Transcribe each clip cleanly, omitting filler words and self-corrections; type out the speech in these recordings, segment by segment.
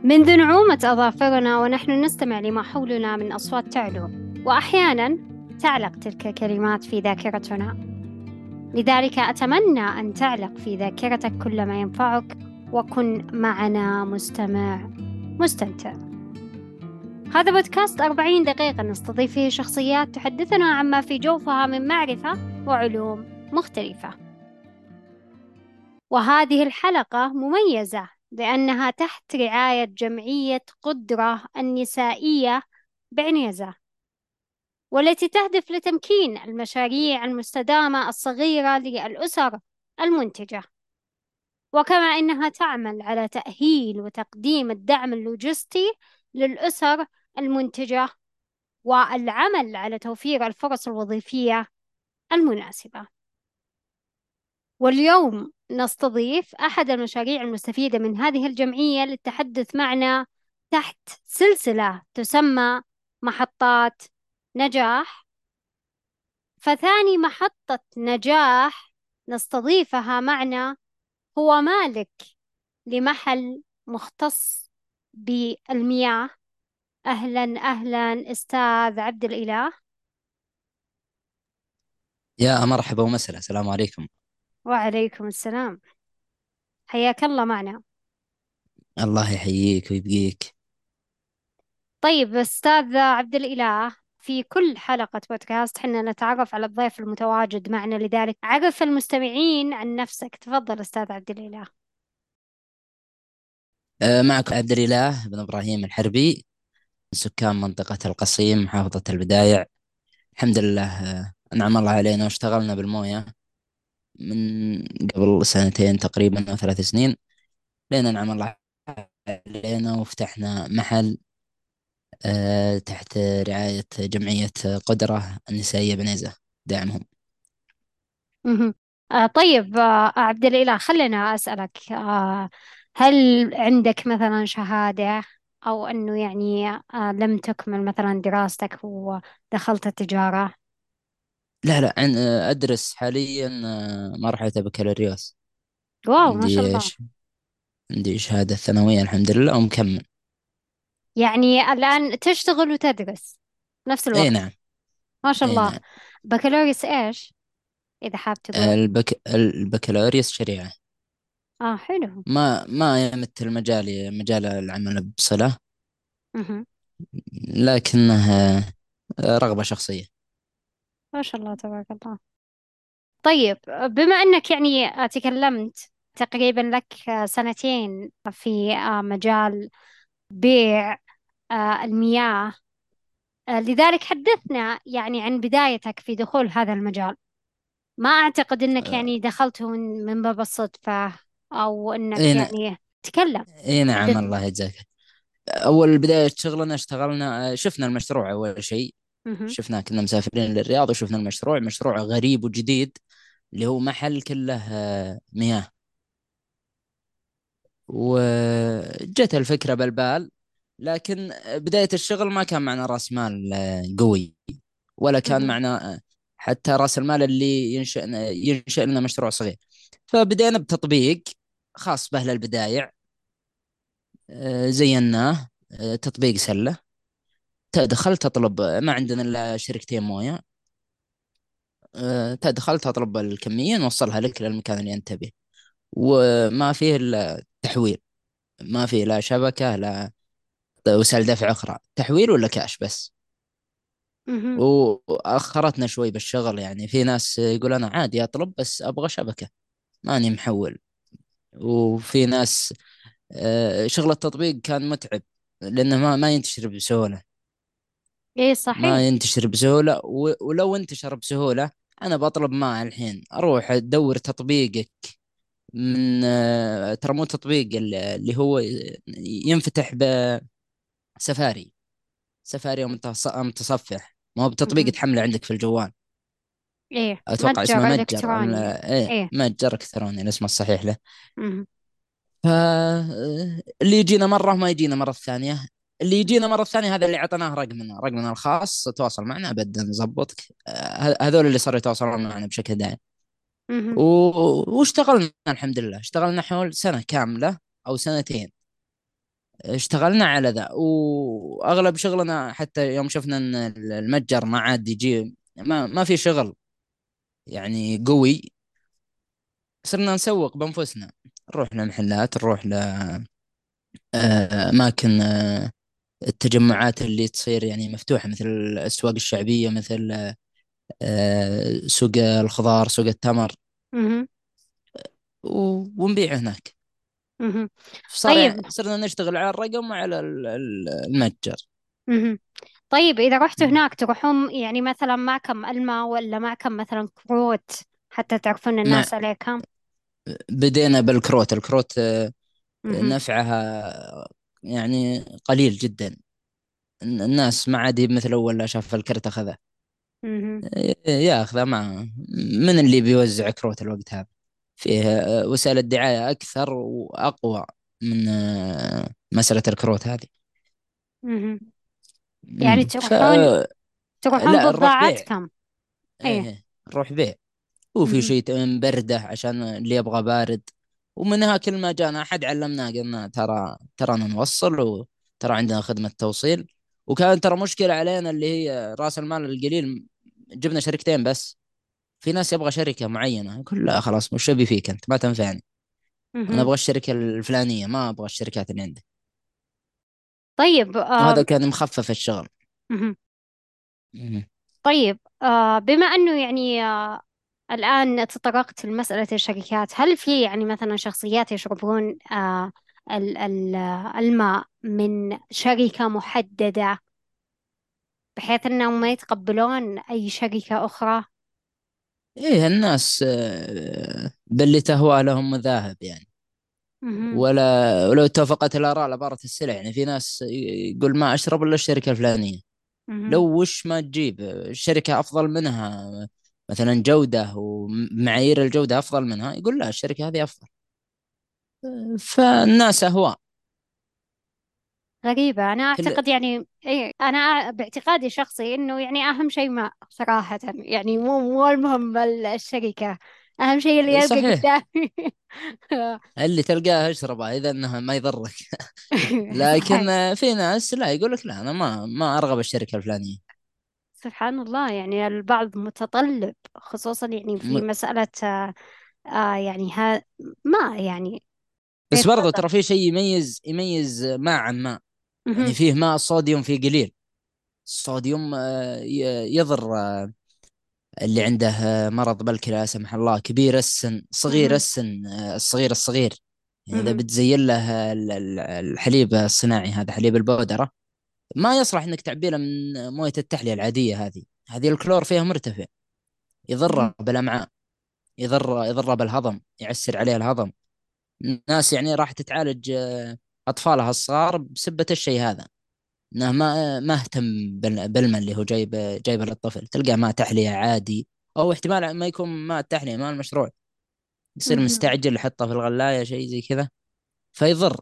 منذ نعومة أظافرنا ونحن نستمع لما حولنا من أصوات تعلو، وأحيانا تعلق تلك الكلمات في ذاكرتنا. لذلك أتمنى أن تعلق في ذاكرتك كل ما ينفعك، وكن معنا مستمع مستمتع. هذا بودكاست 40 دقيقة نستضيف فيه شخصيات تحدثنا عما في جوفها من معرفة وعلوم مختلفة. وهذه الحلقة مميزة لأنها تحت رعاية جمعية قدرة النسائية بعنيزة، والتي تهدف لتمكين المشاريع المستدامة الصغيرة للأسر المنتجة، وكما أنها تعمل على تأهيل وتقديم الدعم اللوجستي للأسر المنتجة والعمل على توفير الفرص الوظيفية المناسبة. واليوم نستضيف أحد المشاريع المستفيدة من هذه الجمعية للتحدث معنا تحت سلسلة تسمى محطات نجاح. فثاني محطة نجاح نستضيفها معنا هو مالك لمحل مختص بالمياه. أهلا أهلا أستاذ عبد الإله. يا مرحبا ومسهلا، السلام عليكم. وعليكم السلام، حياك الله معنا. الله يحييك ويبقيك. طيب أستاذ عبد الإله، في كل حلقة بودكاست حنا نتعرف على الضيف المتواجد معنا، لذلك عرف المستمعين عن نفسك. تفضل أستاذ عبد الإله. معكم عبد الإله بن إبراهيم الحربي، من سكان منطقة القصيم، محافظة البدايع. الحمد لله. أنعم الله علينا واشتغلنا بالموية من قبل سنتين تقريبا أو 3 سنين، لين أنعم الله علينا وفتحنا محل تحت رعاية جمعية قدرة النسائية بنيزة، داعمهم. مهم. طيب، عبد الإله، خلينا أسألك، هل عندك مثلا شهادة، أو أنه يعني لم تكمل مثلا دراستك ودخلت التجارة؟ لا لا، أدرس حاليا مرحلة بكالوريوس. واو، ما شاء عندي الله. ش... عندي شهادة ثانوية الحمد لله ومكمل. يعني الآن تشتغل وتدرس في نفس اي الوقت؟ نعم. ما شاء اي الله. نعم. بكالوريوس إيش إذا حاب تقول؟ البكالوريوس شريعة. حلو. ما يمثل مجال العمل بصلة، مهم. لكنه رغبة شخصية. ما شاء الله تبارك الله. طيب، بما أنك يعني تكلمت تقريبا لك سنتين في مجال بيع المياه، لذلك حدثنا يعني عن بدايتك في دخول هذا المجال. ما أعتقد أنك آه، يعني دخلته من باب الصدفة، أو أنك اي نعم. يعني تكلم. اي نعم، حدثنا. الله يجزاك. اول بداية شغلنا اشتغلنا، شفنا المشروع اول شيء. مهم. شفناه، كنا مسافرين للرياض وشفنا المشروع، مشروع غريب وجديد، اللي هو محل كله مياه. وجت الفكرة بالبال، لكن بداية الشغل ما كان معنا رأس مال قوي، ولا كان مهم. معنا حتى رأس المال اللي ينشئ لنا مشروع صغير. فبدينا بتطبيق خاص به للبدايع. زيناه. تطبيق سلة. تدخل تطلب، ما عندنا إلا شركتين موية. تدخل تطلب الكمية نوصلها لك للمكان اللي أنت به، وما فيه إلا تحويل. ما فيه لا شبكة لا وسائل دفع أخرى، تحويل ولا كاش بس. مهم. وأخرتنا شوي بالشغل، يعني في ناس يقول أنا عادي أطلب بس أبغى شبكة، ماني محول. وفي ناس شغل التطبيق كان متعب، لأنه ما ينتشر بسهولة. إيه صحيح. ما ينتشر بسهولة، ولو انتشر بسهولة أنا بطلب معه الحين أروح أدور تطبيقك من ترى مو تطبيق اللي هو ينفتح بسفاري. سفاري متصفح، ما هو بتطبيق مهم. تحمله عندك في الجوال. إيه، اتوقع اسمه متجر متجر إلكتروني. ايه، إيه. متجر الكتروني الاسم الصحيح له. مهم. اللي يجينا مره وما يجينا مره الثانيه. اللي يجينا مره الثانيه هذا اللي اعطيناه رقمنا الخاص، تواصل معنا ابدا نظبطك. هذول اللي صاروا يتواصلون معنا بشكل دائم. مهم. واشتغلنا الحمد لله، اشتغلنا حول سنه كامله او سنتين. اشتغلنا على ذا، واغلب شغلنا حتى يوم شفنا ان المتجر ما عاد يجي، ما في شغل يعني قوي، صرنا نسوق بانفسنا، نروح لمحلات، نروح لاماكن التجمعات اللي تصير يعني مفتوحة، مثل الأسواق الشعبية، مثل سوق الخضار، سوق التمر، مهم. ونبيع هناك. مهم. فصار طيب. يعني صرنا نشتغل على الرقم وعلى المتجر. مهم. طيب إذا رحتوا هناك تروحون يعني مثلا معكم ألمة ولا معكم مثلا كروت حتى تعرفون مع الناس عليكم؟ بدينا بالكروت. الكروت مهم. نفعها يعني قليل جدا، الناس ما عاد مثل أول، لا شاف الكرت أخذه مهم. ياخذه معه. من اللي بيوزع كروت الوقت هذا؟ فيه وسائل الدعاية أكثر وأقوى من مسألة الكروت هذه. مهم. يعني تروحون فلا، تروحون نروح بيع. بضاعتكم. إيه. إيه، نروح بيع. وفي مهم. شيء بردة عشان اللي يبغى بارد. ومنها كل ما جانا أحد علمناه، قلنا ترانا نوصل، وترى عندنا خدمة توصيل. وكان ترى مشكلة علينا اللي هي رأس المال القليل، جبنا شركتين بس. في ناس يبغى شركة معينة، يقول لا خلاص مش أبي فيك، أنت ما تنفعني، أنا مهم. أبغى الشركة الفلانية، ما أبغى الشركات اللي عندك. طيب. وهذا كان مخفف الشغل. مهم. مم. طيب، بما أنه يعني الآن تطرقت لمسألة الشركات، هل في يعني مثلا شخصيات يشربون الماء من شركة محددة بحيث أنهم ما يتقبلون أي شركة أخرى؟ إيه، الناس باللي تهوى لهم مذاهب يعني. مهم. ولو اتفقت الآراء لبارت السلع. يعني في ناس يقول ما أشرب إلا الشركة الفلانية، لو مهم. وش ما تجيب الشركة أفضل منها، مثلا جودة ومعايير الجودة أفضل منها، يقول لا الشركة هذه أفضل. فالناس أهواء. غريبة. أنا كل أعتقد يعني إيه، أنا باعتقادي الشخصي إنه يعني أهم شيء ما صراحة يعني مو المهم الشركة، أهم شيء اللي يلقى صحيح، قدامي. اللي تلقاه اشربه إذا أنها ما يضرك. لكن صحيح. في ناس لا، يقول لك لا، أنا ما أرغب الشركة الفلانية. سبحان الله، يعني البعض متطلب خصوصا يعني في م- مسألة يعني ما يعني بس برضو يتفضل. ترى في شيء يميز ماء عن ماء. يعني مهم. فيه ماء الصوديوم فيه قليل. الصوديوم يضر اللي عنده مرض بالكلى لا سمح الله، كبير السن، صغير مهم. السن، الصغير. يعني إذا مهم. بتزين له الحليب الصناعي، هذا حليب البودرة، ما يصلح إنك تعبيله من موية التحلية العادية. هذه الكلور فيها مرتفع، مهم. يضره بالأمعاء، يضره بالهضم، يعسر عليه الهضم. الناس يعني راح تتعالج أطفالها الصغار بسبة الشيء هذا، انه ما اهتم بالماء اللي هو جايبه للطفل. تلقى ماء تحلية عادي، او احتمال ما يكون ماء تحلية، ماء المشروع، يصير مهم. مستعجل يحطه في الغلاية، شيء زي كذا، فيضر.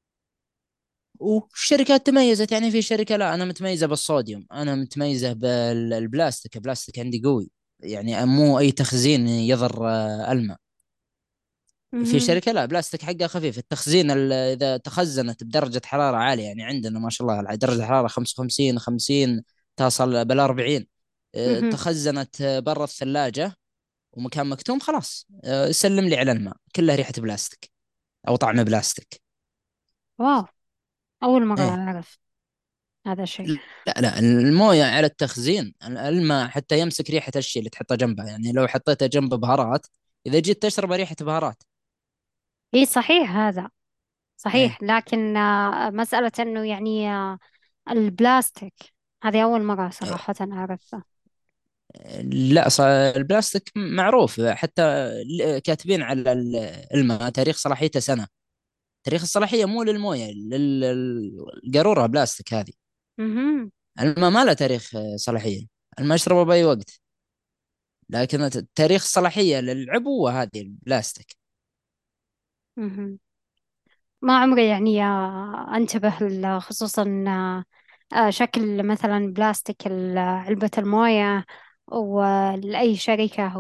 والشركات تميزت، يعني في شركة لا أنا متميزة بالصوديوم، أنا متميزة بالبلاستيك، البلاستيك عندي قوي، يعني مو أي تخزين يضر الماء. في مهم. شركة لا، بلاستيك حقها خفيف، التخزين إذا تخزنت بدرجة حرارة عالية، يعني عندنا ما شاء الله درجة حرارة 55 50، تصل بال 40، مهم. تخزنت برا الثلاجة ومكان مكتوم، خلاص سلم لي على الماء كله ريحة بلاستيك أو طعم بلاستيك. واو، أول مرة إيه، أعرف هذا الشيء. لا المويه على التخزين، الماء حتى يمسك ريحة الشيء اللي تحطه جنبه. يعني لو حطيته جنب بهارات، إذا جيت تشرب ريحة بهارات. إيه صحيح هذا، إيه. صحيح. لكن مسألة إنه يعني البلاستيك، هذه أول مرة صراحة أعرفها. لا، البلاستيك معروف حتى، كاتبين على الماء تاريخ صلاحيته سنة. تاريخ الصلاحية مو للموية، القارورة بلاستيك هذه. مهم. الماء ما له تاريخ صلاحية، الماء اشربه بأي وقت. لكن تاريخ الصلاحية للعبوة هذه البلاستيك. مهم. ما عمري يعني أنتبه خصوصا شكل مثلا بلاستيك علبة الموية ولأي شركة،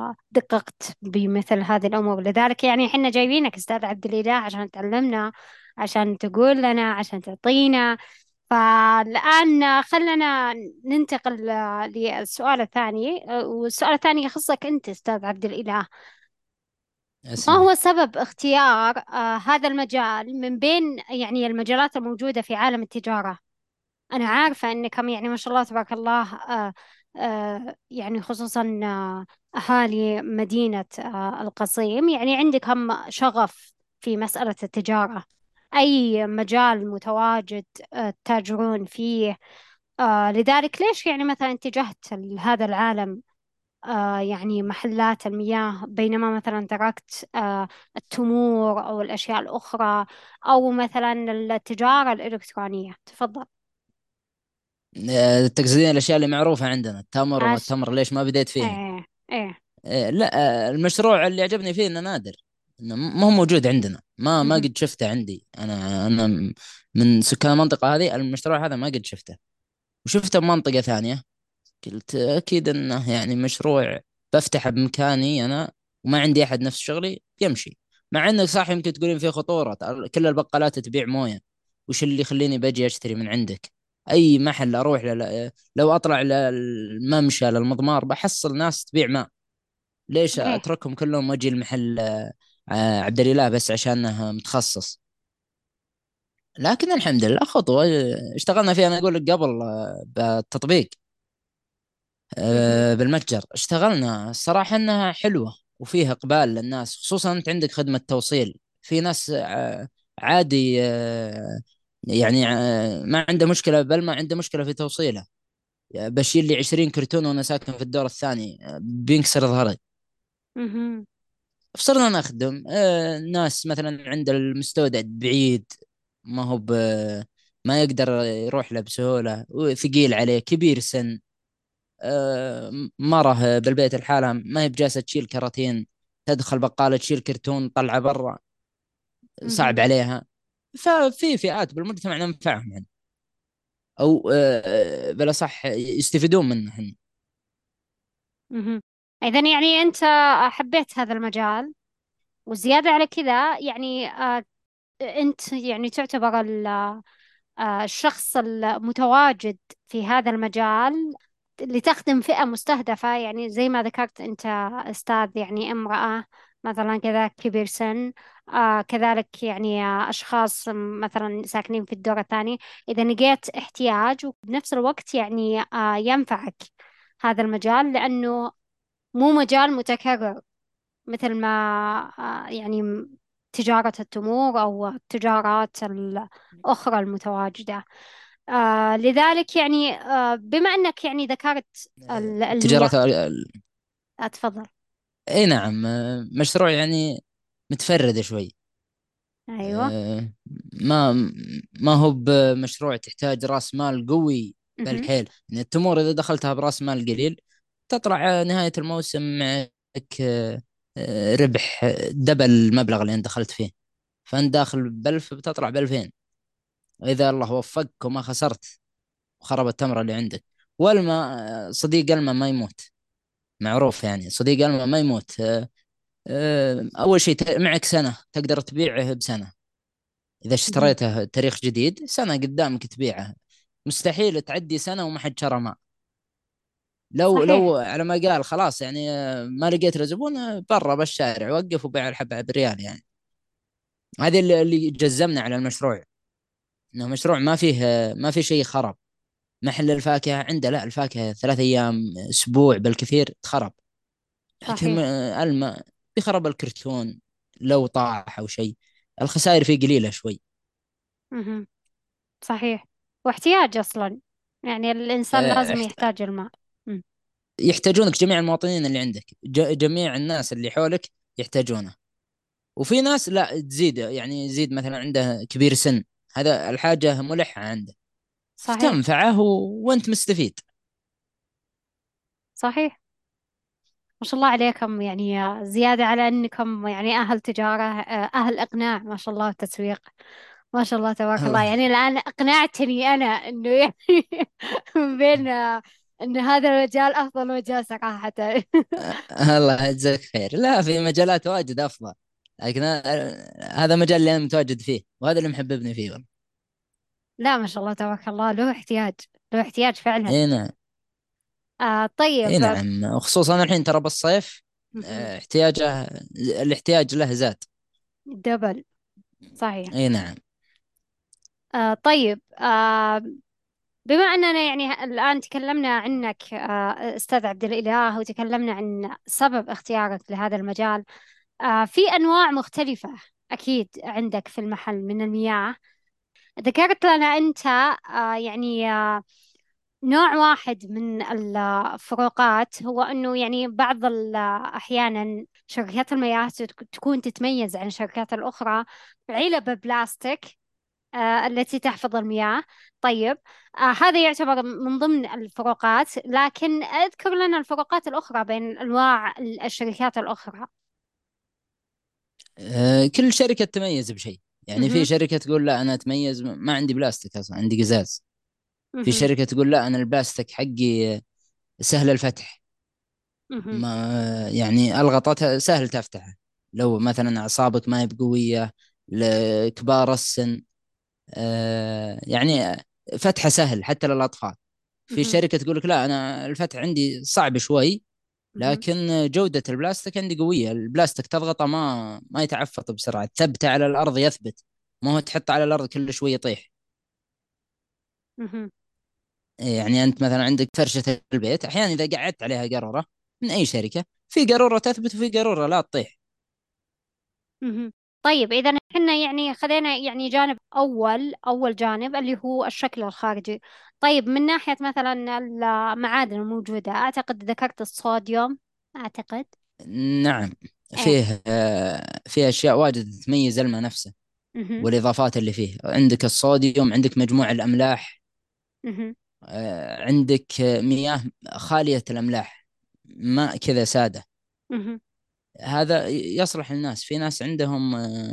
ودققت بمثل هذه الأمور. لذلك يعني إحنا جايبينك أستاذ عبد الإله عشان تعلمنا عشان تقول لنا، عشان تعطينا. فالآن خلنا ننتقل للسؤال الثاني. والسؤال الثاني يخصك أنت أستاذ عبد الإله. ما اسمع. هو سبب اختيار هذا المجال من بين يعني المجالات الموجودة في عالم التجارة؟ أنا عارفة أنكم يعني ما شاء الله تبارك الله، يعني خصوصا أهالي مدينة القصيم، يعني عندكم شغف في مسألة التجارة. أي مجال متواجد تتاجرون فيه. لذلك ليش يعني مثلا اتجهت لهذا العالم، يعني محلات المياه، بينما مثلا تركت التمور أو الأشياء الأخرى، أو مثلا التجارة الإلكترونية؟ تفضل. تقصدين الاشياء اللي معروفه عندنا، التمر وما عاش. التمر، ليش ما بديت فيها؟ ايه. ايه. لا. المشروع اللي عجبني فيه انه نادر، انه ما هو موجود عندنا، ما مهم. قد شفته عندي. انا من سكان المنطقه هذه، المشروع هذا ما قد شفته. وشفته بمنطقه ثانيه، قلت اكيد انه يعني مشروع بفتحه بمكاني انا، وما عندي احد نفس شغلي، يمشي. مع انه صح يمكن تقولين فيه خطوره، كل البقالات تبيع مويه، وش اللي يخليني باجي اشتري من عندك؟ اي محل اروح لو اطلع للممشى للمضمار بحصل ناس تبيع ماء. ليش ايه. اتركهم كلهم واجي المحل عبد الاله بس عشانه متخصص؟ لكن الحمد لله خطوه اشتغلنا فيها. انا اقول لك قبل بالتطبيق، مهم. بالمتجر اشتغلنا، الصراحة انها حلوة وفيها اقبال للناس، خصوصا انت عندك خدمة توصيل. في ناس عادي، يعني ما عنده مشكلة، بل ما عنده مشكلة في توصيله. بشيل لي 20 كرتون وانا ساكن في الدور الثاني، بينكسر ظهري. مهم. فصرنا نخدم ناس مثلا عند المستودع بعيد، ما هو ما يقدر يروح له بسهولة، وثقيل عليه، كبير سن، مرة بالبيت الحالة ما هي بجالسة تشيل كراتين، تدخل بقالة تشيل كرتون طلعه برا، صعب مهم. عليها. ففي فئات بالمجتمع ننفعهم يعني، او بلا صح يستفيدون منه هم. مهم. إذن يعني أنت حبيت هذا المجال، وزيادة على كذا يعني أنت يعني تعتبر الشخص المتواجد في هذا المجال لتخدم فئة مستهدفة، يعني زي ما ذكرت أنت أستاذ، يعني امرأة مثلا، كذا كبير سن، كذلك يعني أشخاص مثلا ساكنين في الدور الثاني. إذا لقيت احتياج وبنفس الوقت يعني ينفعك هذا المجال، لأنه مو مجال متكرر مثل ما يعني تجارة التمور أو التجارات الأخرى المتواجدة. لذلك يعني بما أنك يعني ذكرت المياه. التجارة أتفضل. اي نعم، مشروع يعني متفرد شوي. أيوة. آه، ما ما هو بمشروع تحتاج راس مال قوي مهم. بالحيل. يعني التمور اذا دخلتها براس مال قليل تطلع نهاية الموسم معك ربح دبل المبلغ اللي انت دخلت فيه. فانت داخل بألف بتطلع بألفين، واذا الله وفقك وما خسرت وخرب التمرة اللي عندك. والماء صديق الماء ما يموت، معروف يعني صديق الماء ما يموت. اول شيء معك سنة تقدر تبيعه بسنة، إذا مهم. اشتريته تاريخ جديد سنة قدامك تبيعه. مستحيل تعدي سنة وما حد شرى ماء. لو صحيح. على ما قال خلاص يعني ما لقيت له زبون، برا بالشارع وقف وبيع الحبة بريال يعني. هذه اللي جزمنا على المشروع، انه مشروع ما فيه شيء خرب. محل الفاكهة عنده لا، الفاكهة 3 أيام أسبوع بالكثير تخرب. لكن صحيح. الماء بيخرب الكرتون لو طاح أو شيء، الخسائر فيه قليلة شوي. مهم. صحيح. واحتياج أصلا، يعني الإنسان آه، لازم يحتاج الماء. مم. يحتاجونك جميع المواطنين اللي عندك، جميع الناس اللي حولك يحتاجونه. وفي ناس لا تزيد، يعني يزيد مثلا عنده كبير سن، هذا الحاجة ملحة عنده، صحيح. فتنفعه وانت مستفيد. صحيح. ما شاء الله عليكم، يعني زيادة على أنكم يعني أهل تجارة، أهل إقناع ما شاء الله، وتسويق. ما شاء الله تبارك الله، الله يعني الآن أقنعتني أنا أنه يعني من بين أن هذا المجال أفضل مجال صراحة. الله يجزاك خير. لا، في مجالات واجد افضل. لكن هذا مجال اللي أنا متواجد فيه، وهذا اللي محببني فيه والله. لا ما شاء الله تبارك الله، له احتياج، له احتياج فعلا. اي نعم. اي طيب. نعم، وخصوصا الحين ترى بالصيف مهم. احتياجه، الاحتياج له زاد. دبل. صحيح. اي نعم. طيب. بما أننا يعني الآن تكلمنا عنك أستاذ عبد الإله، وتكلمنا عن سبب اختيارك لهذا المجال، في أنواع مختلفة أكيد عندك في المحل من المياه. ذكرت لنا أنت يعني نوع واحد من الفروقات، هو أنه يعني بعض أحيانا شركات المياه تكون تتميز عن الشركات الأخرى بعلب بلاستيك التي تحفظ المياه. طيب. هذا يعتبر من ضمن الفروقات، لكن اذكر لنا الفروقات الأخرى بين أنواع الشركات الأخرى. كل شركة تتميز بشيء. يعني في مهم. شركة تقول لا أنا أتميز ما عندي بلاستيك أصلا، عندي قزاز. في مهم. شركة تقول لا أنا البلاستيك حقي سهل الفتح، مهم. ما يعني الغطتها سهل تفتحه. لو مثلا أعصابك ما هي بقوية، لكبار السن، يعني فتحه سهل حتى للأطفال. في مهم. شركة تقول لك لا أنا الفتح عندي صعب شوي، مهم. لكن جودة البلاستيك عندي قوية. البلاستيك تضغطه ما يتعفط بسرعة، ثبته على الأرض يثبت، ما هو تحطه على الأرض كل شوي يطيح. مهم. يعني أنت مثلا عندك فرشة البيت أحيانا إذا قعدت عليها قارورة من أي شركة، في قارورة تثبت وفي قارورة لا تطيح. مهم. طيب، إذا احنا يعني خلينا يعني جانب أول جانب اللي هو الشكل الخارجي. طيب، من ناحية مثلا المعادن الموجودة، أعتقد ذكرت الصوديوم. أعتقد. نعم. إيه. فيه أشياء واجد تميز الماء نفسه، مهم. والإضافات اللي فيه. عندك الصوديوم، عندك مجموع الأملاح، مهم. عندك مياه خالية الأملاح، ماء كذا سادة. مهم. هذا يصلح للناس. في ناس عندهم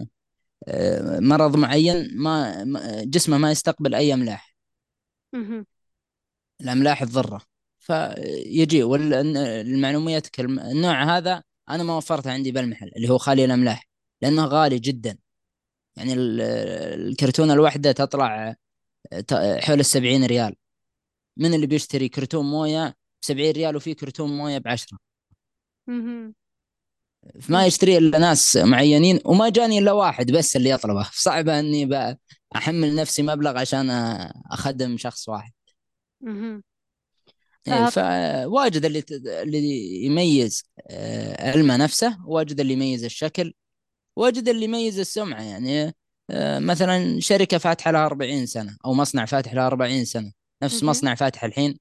مرض معين، جسمه ما يستقبل أي أملاح، مهم. الأملاح تضره، فيجي. والمعلوميات النوع هذا أنا ما وفرته عندي بالمحل اللي هو خالي الأملاح، لأنه غالي جدا. يعني الكرتونة الواحدة تطلع حول 70 ريال. من اللي بيشتري كرتون موية ب70 ريال وفي كرتون موية ب10؟ مهم. فما يشتري إلا ناس معينين، وما جاني إلا واحد بس اللي يطلبه. صعب أني أحمل نفسي مبلغ عشان أخدم شخص واحد. مهم. إيه، آه. فواجد اللي يميز المه نفسه، واجد اللي يميز الشكل، واجد اللي يميز السمعة. يعني مثلا شركة فاتحة لها 40 سنة أو مصنع فاتح لها 40 سنة، نفس مهم. مصنع فاتح الحين.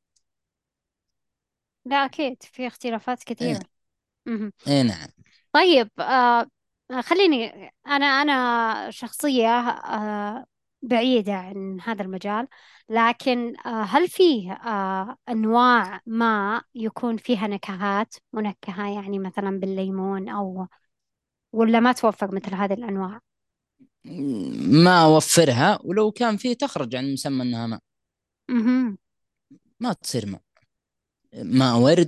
لا، أكيد في اختلافات إيه. كثيرة. مهم. إيه نعم. طيب. خليني، أنا شخصية بعيدة عن هذا المجال، لكن هل فيه أنواع ما يكون فيها نكهات منكهة، يعني مثلا بالليمون، أو ولا ما توفر مثل هذه الأنواع؟ ما أوفرها، ولو كان فيه تخرج عن مسمى أنها ماء، مهم. ما تصير ماء. ماء ورد،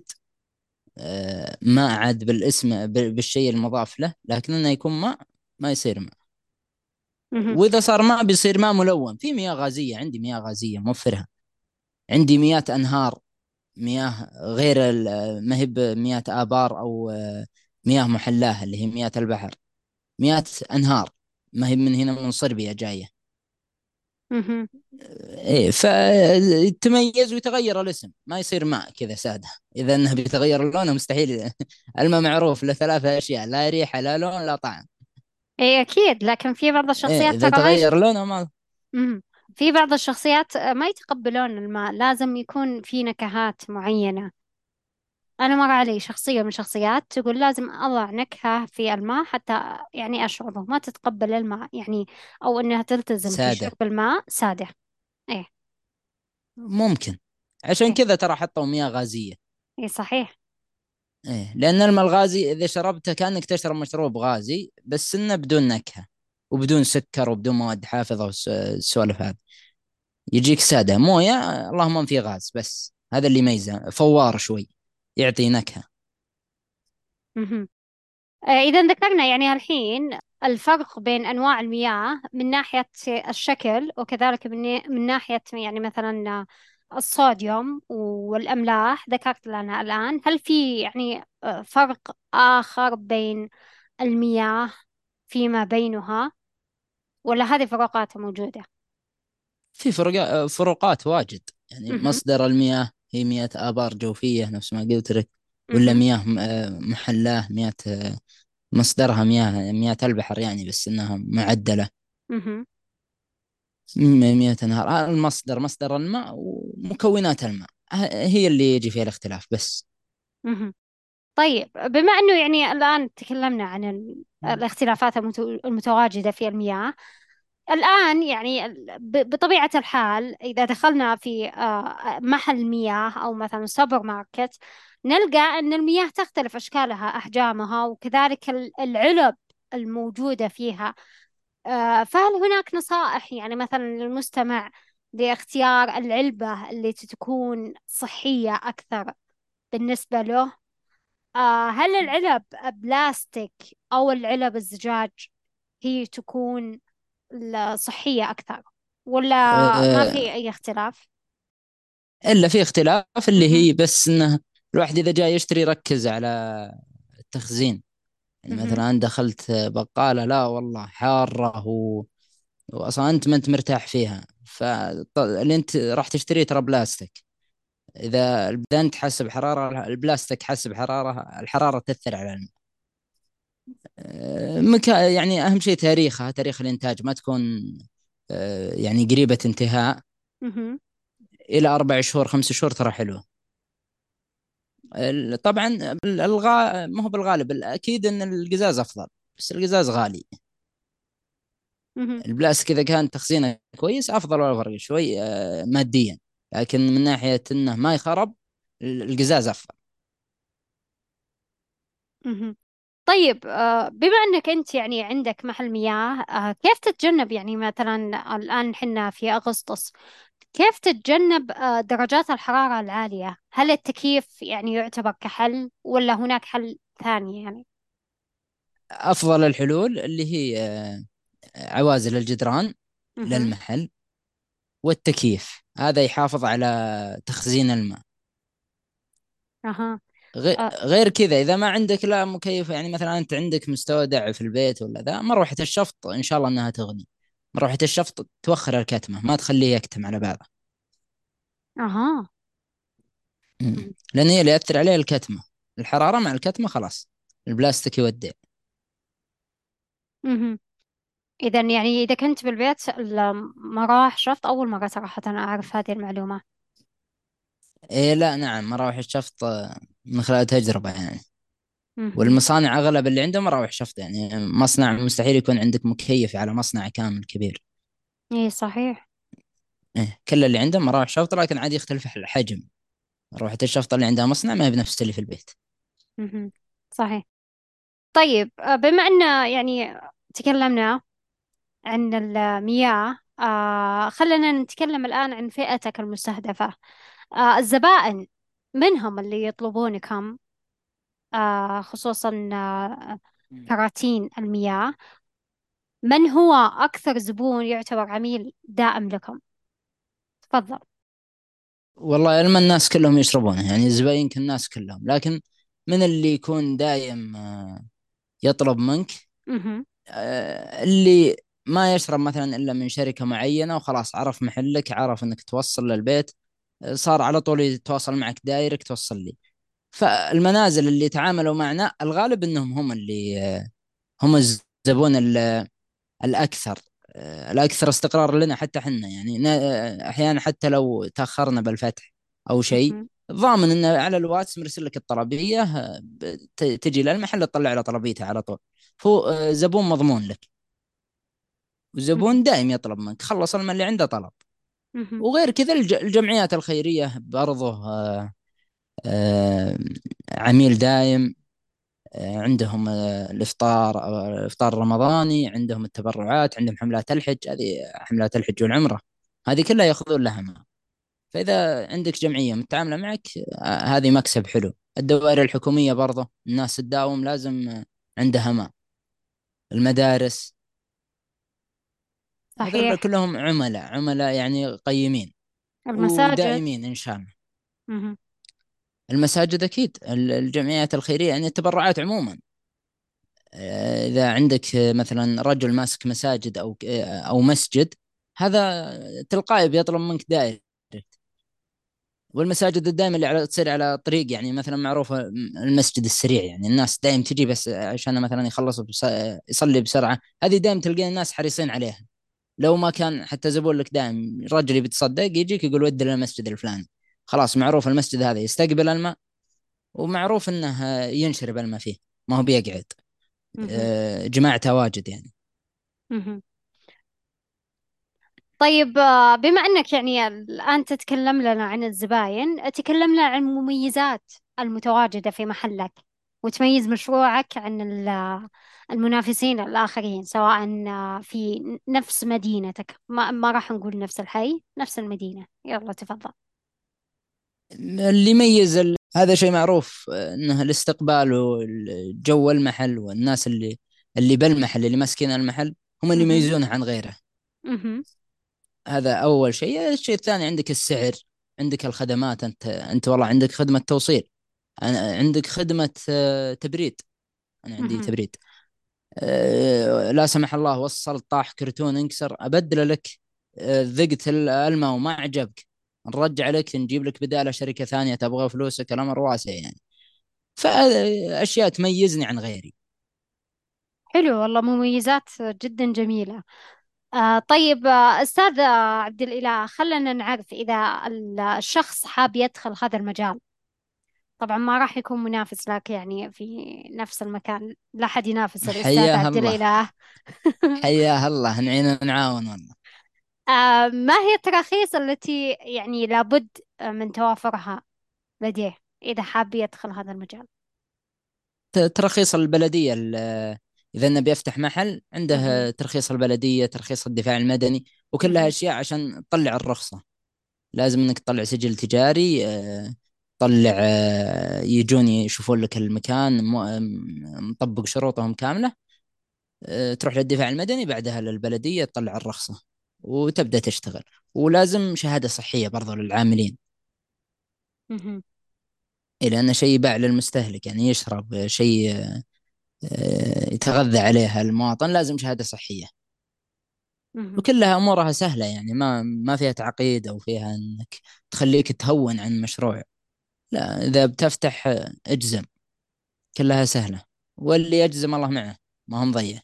ماء عاد بالاسم بالشيء المضاف له، لكن انه يكون ماء ما يصير ماء. مهم. واذا صار ماء بيصير ماء ملون. في مياه غازيه، عندي مياه غازيه موفرها. عندي مياه انهار، مياه غير ما هي بمياه ابار او مياه محلاه اللي هي مياه البحر، مياه انهار، ما هي من هنا من صربيا جايه. مهم. ايه، فتميز ويتغير الاسم، ما يصير ماء كذا ساده. اذا انه بيتغير لونه مستحيل. الماء معروف لثلاثة اشياء: لا ريحه، لا لون، لا طعم. إيه أكيد، لكن في بعض إيه، الشخصيات إذا ترى ما تغير لونه ما. مهم. في بعض الشخصيات ما يتقبلون الماء، لازم يكون في نكهات معينة. أنا مر علي شخصية من شخصيات تقول لازم أضع نكهة في الماء حتى يعني أشربه، ما تتقبل الماء يعني، أو إنها تلتزم في سادة. شرب الماء سادة. إيه. ممكن. عشان إيه. كذا ترى حطوا مياه غازية. إيه صحيح. إيه، لأن الماء الغازي إذا شربته كأنك تشرب مشروب غازي، بس إنه بدون نكهة وبدون سكر وبدون مواد حافظة والسوالف هذه. يجيك سادة موية، اللهم فيه غاز، بس هذا اللي يميزه، فوار شوي، يعطي نكهة. مهم. إذا ذكرنا يعني الحين الفرق بين أنواع المياه من ناحية الشكل، وكذلك من ناحية يعني مثلا الصوديوم والأملاح ذكرت لنا الآن. هل في يعني فرق آخر بين المياه فيما بينها، ولا هذه فروقات موجودة؟ في فروقات واجد. يعني مهم. مصدر المياه هي مياه آبار جوفية نفس ما قلت لك، ولا مهم. مياه محلاة، مياه مصدرها مياه البحر يعني، بس إنها معدلة. مهم. مياه أنهار. المصدر مصدر الماء ومكونات الماء هي اللي يجي فيها الاختلاف بس. مهم. طيب، بما أنه يعني الآن تكلمنا عن الاختلافات المتواجدة في المياه، الآن يعني بطبيعة الحال إذا دخلنا في محل مياه أو مثلا سوبر ماركت، نلقى أن المياه تختلف أشكالها، أحجامها، وكذلك العلب الموجودة فيها. فهل هناك نصائح يعني مثلا للمستمع لاختيار العلبة اللي تكون صحية أكثر بالنسبة له؟ هل العلب بلاستيك أو العلب الزجاج هي تكون الصحية أكثر، ولا ما آه، في أي اختلاف؟ إلا في اختلاف، اللي مهم. هي بس إنه الواحد إذا جاي يشتري يركز على التخزين. يعني مهم. مثلا دخلت بقالة، لا والله حارة واصلا انت ما انت مرتاح فيها، فاللي انت راح تشتريه ترى بلاستيك. اذا البدان تحسب حراره، البلاستيك حسب حراره، الحراره تاثر على الماء. يعني اهم شيء تاريخها، تاريخ الانتاج ما تكون يعني قريبه انتهاء. مهم. الى 4 شهور 5 شهور ترى حلوه. طبعا ما هو بالغالب، الاكيد ان القزاز افضل، بس القزاز غالي. مهم. البلاستيك اذا كان تخزينه كويس افضل، ولا فرق شوي ماديا، لكن من ناحيه انه ما يخرب القزاز افضل. مهم. طيب، بما أنك أنت يعني عندك محل مياه، كيف تتجنب يعني مثلا الآن حنا في أغسطس، كيف تتجنب درجات الحرارة العالية؟ هل التكييف يعني يعتبر كحل، ولا هناك حل ثاني يعني؟ افضل الحلول اللي هي عوازل الجدران مهم. للمحل، والتكييف هذا يحافظ على تخزين الماء. أها. آه. غير كذا اذا ما عندك لا مكيف، يعني مثلا انت عندك مستودع في البيت ولا ذا، مروحه الشفط ان شاء الله انها تغني. مروحه الشفط توخر الكتمه، ما تخليه يكتم على بعضه. أها. مم. مهم. لان هي اللي ياثر عليه الكتمه، الحراره مع الكتمه خلاص البلاستيك يودع. مهم. إذا يعني إذا كنت بالبيت المراح شفط، أول مرة صراحة أنا أعرف هذه المعلومة. إيه لا نعم، مراوح الشفط من خلال تجربة يعني. مهم. والمصانع أغلب اللي عندهم مراوح شفط، يعني مصنع مستحيل يكون عندك مكيف على مصنع كامل كبير. إيه صحيح. إيه كل اللي عندهم مراوح شفط، لكن عاد يختلف الحجم. مروحة الشفط اللي عندها مصنع ما هي بنفس اللي في البيت. مهم. صحيح. طيب، بما أن يعني تكلمنا عن المياه، خلينا نتكلم الآن عن فئتك المستهدفة. الزبائن، منهم اللي يطلبونكم، خصوصا مم. كراتين المياه. من هو أكثر زبون يعتبر عميل دائم لكم؟ تفضل. والله علم الناس كلهم يشربونه، يعني الزباين الناس كلهم، لكن من اللي يكون دايم يطلب منك، مهم. اللي ما يشرب مثلا إلا من شركة معينة وخلاص عرف محلك، عرف أنك توصل للبيت، صار على طول يتواصل معك دايركت توصل لي. فالمنازل اللي تعاملوا معنا الغالب انهم هم اللي هم الزبون الاكثر، الاكثر استقرار لنا حتى حنا، يعني احيانا حتى لو تاخرنا بالفتح او شيء، مهم. ضامن انه على الواتس مرسل لك الطلبيه، تجي للمحل تطلع له طلبيته على طول. فهو زبون مضمون لك، مهم. وزبون دائم يطلب منك، خلص المال اللي عنده طلب. مهم. وغير كذا الجمعيات الخيريه برضه آه، عميل دائم. عندهم الافطار، الافطار الرمضاني، عندهم التبرعات، عندهم حملات الحج، هذه حملات الحج والعمره، هذه كلها ياخذون لها مال. فاذا عندك جمعيه متعامله معك هذه مكسب حلو. الدوائر الحكوميه برضه الناس تداوم لازم عندها مال. المدارس، هذول صحيح. كلهم عملاء يعني قيمين المساجد. ودائمين إن شاء الله. مهم. المساجد أكيد، الجمعيات الخيرية، يعني التبرعات عموما. إذا عندك مثلا رجل ماسك مساجد أو مسجد، هذا تلقائي بيطلب منك دائرة. والمساجد دائما اللي تصير على طريق، يعني مثلا معروفة المسجد السريع، يعني الناس دائما تجي بس عشان مثلا يصلي بسرعة، هذه دائما تلقين الناس حريصين عليها. لو ما كان حتى زبون لك دائم الرجل بيتصدق يجيك يقول ودي للمسجد الفلاني، خلاص معروف المسجد هذا يستقبل الماء، ومعروف انه ينشرب الماء فيه، ما هو بيقعد. مهم. جماعته واجد يعني. مهم. طيب، بما أنك يعني الآن تتكلم لنا عن الزباين، تكلم لنا عن المميزات المتواجدة في محلك، وتميز مشروعك عن المنافسين الآخرين، سواء في نفس مدينتك، ما راح نقول نفس الحي، نفس المدينة. يلا تفضل. اللي يميز هذا شيء معروف، انه الاستقبال والجو المحل، والناس اللي بالمحل اللي ماسكين المحل هم اللي مهم. يميزونه عن غيره. مهم. هذا اول شيء. الشيء الثاني عندك السعر، عندك الخدمات. انت والله عندك خدمة توصيل، عندك خدمة تبريد. انا عندي مهم. تبريد. لا سمح الله وصل طاح كرتون انكسر، ابدل لك. ذقت الماء وما عجبك، نرجع لك، نجيب لك بداله شركه ثانيه تبغى فلوسك، الامر واسع يعني. فاشياء تميزني عن غيري. حلو والله، مميزات جدا جميلة. طيب، أستاذ عبد الإله، خلنا نعرف إذا الشخص حاب يدخل هذا المجال. طبعا ما راح يكون منافس لك يعني في نفس المكان، لا حد ينافس الأستاذ حياه عبد الله، الإله. حياه الله، نعين نعاون والله. ما هي التراخيص التي يعني لابد من توافرها لديه إذا حاب يدخل هذا المجال؟ ترخيص البلديه، اذا انه بيفتح محل مهم. عنده ترخيص البلديه، ترخيص الدفاع المدني، وكلها مهم. اشياء عشان تطلع الرخصه. لازم انك تطلع سجل تجاري، تطلع، يجون يشوفون لك المكان مطبق شروطهم كاملة. تروح للدفاع المدني، بعدها للبلدية تطلع الرخصة وتبدأ تشتغل. ولازم شهادة صحية برضو للعاملين، مهم. إلى أن شيء يباع للمستهلك، يعني يشرب شيء يتغذى عليها المواطن، لازم شهادة صحية. مهم. وكلها أمورها سهلة، يعني ما فيها تعقيد أو فيها أنك تخليك تهون عن مشروع. لا، إذا بتفتح اجزم، كلها سهلة. واللي يجزم الله معه، ما هم ضيع.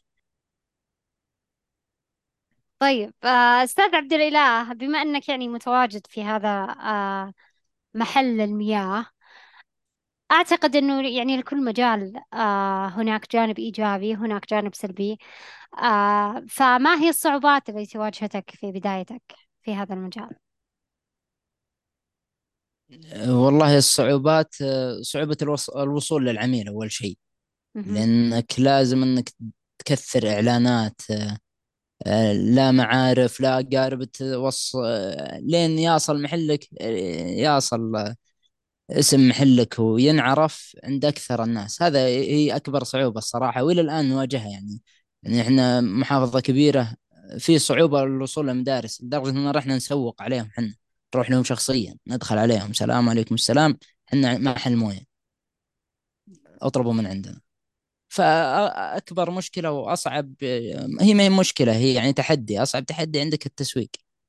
طيب، أستاذ عبد الإله، بما أنك يعني متواجد في هذا محل المياه، أعتقد أنه يعني لكل مجال هناك جانب إيجابي، هناك جانب سلبي. فما هي الصعوبات التي واجهتك في بدايتك في هذا المجال؟ والله الصعوبات، صعوبة الوصول للعميل أول شيء. مهم. لأنك لازم أنك تكثر إعلانات، لا معارف لا أقارب لين يصل محلك، يصل اسم محلك وينعرف عند أكثر الناس. هذا هي أكبر صعوبة الصراحة، وإلى الآن نواجهها يعني. يعني إحنا محافظة كبيرة، في صعوبة للوصول للمدارس، لدرجة إن رحنا نسوق عليهم حنا، نروح لهم شخصيا، ندخل عليهم السلام عليكم السلام، حنا محل موية، اطلبوا من عندنا. فأكبر مشكلة وأصعب، هي ما هي مشكلة، هي يعني تحدي، أصعب تحدي عندك التسويق.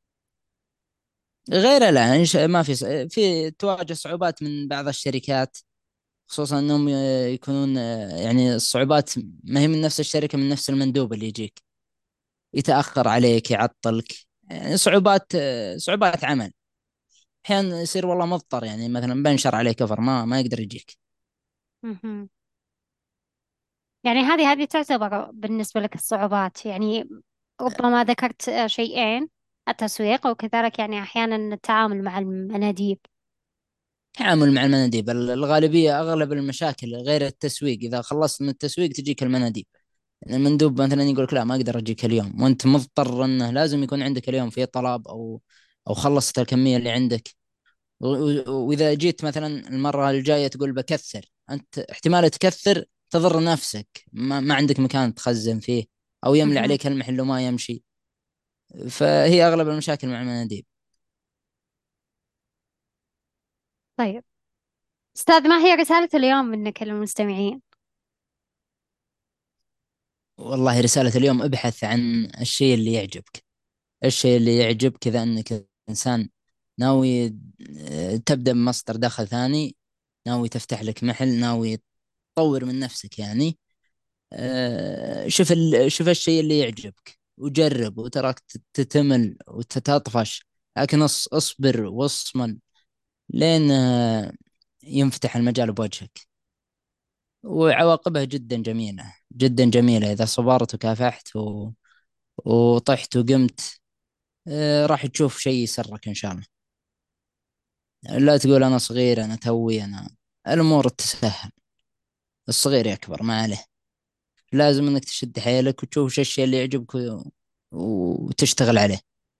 غير لا ما في في تواجه صعوبات من بعض الشركات، خصوصا انهم يكونون، يعني الصعوبات ما هي من نفس الشركة، من نفس المندوب اللي يجيك يتأخر عليك، يعطلك. يعني صعوبات عمل. احيانا يصير والله مضطر، يعني مثلا بنشر عليه كفر، ما يقدر يجيك. مهم. يعني هذه تعتبر بالنسبة لك الصعوبات يعني. ربما ذكرت شيئين: التسويق، وكذلك يعني أحيانا التعامل مع المناديب. تعامل مع المناديب، الغالبية أغلب المشاكل غير التسويق، إذا خلصت من التسويق تجيك المناديب. يعني المندوب مثلا يقول لك لا ما أقدر أجيك اليوم، وأنت مضطر أنه لازم يكون عندك اليوم في طلب، أو خلصت الكمية اللي عندك. وإذا جيت مثلا المرة الجاية تقول بكثر، أنت احتمال تكثر تضر نفسك، ما عندك مكان تخزن فيه، أو يملى مهم. عليك المحل وما يمشي. فهي أغلب المشاكل مع المناديب. طيب أستاذ، ما هي رسالة اليوم منك للمستمعين؟ والله رسالة اليوم: ابحث عن الشيء اللي يعجبك. الشيء اللي يعجبك إذا أنك إنسان ناوي تبدأ بمصدر دخل ثاني، ناوي تفتح لك محل، ناوي تطور من نفسك يعني. شوف الشيء اللي يعجبك وجرب، وتراك تتمل وتتطفش، لكن اصبر واصمل لين ينفتح المجال بوجهك. وعواقبها جدا جميلة، جدا جميلة إذا صبرت وكافحت وطحت وقمت. راح تشوف شيء يسرك إن شاء الله. لا تقول أنا صغير، أنا توي، أنا. الأمور تسهل، الصغير يكبر ما عليه. لازم إنك تشد حيلك وتشوف شو الشيء اللي يعجبك وتشتغل عليه.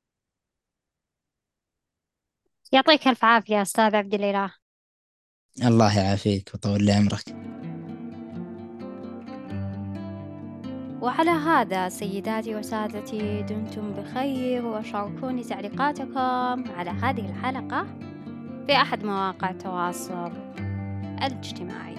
يعطيك ألف عافية أستاذ عبد الإله. الله يعافيك ويطول لي عمرك. وعلى هذا سيداتي وسادتي، دمتم بخير، وشاركوني تعليقاتكم على هذه الحلقة في أحد مواقع التواصل الاجتماعي.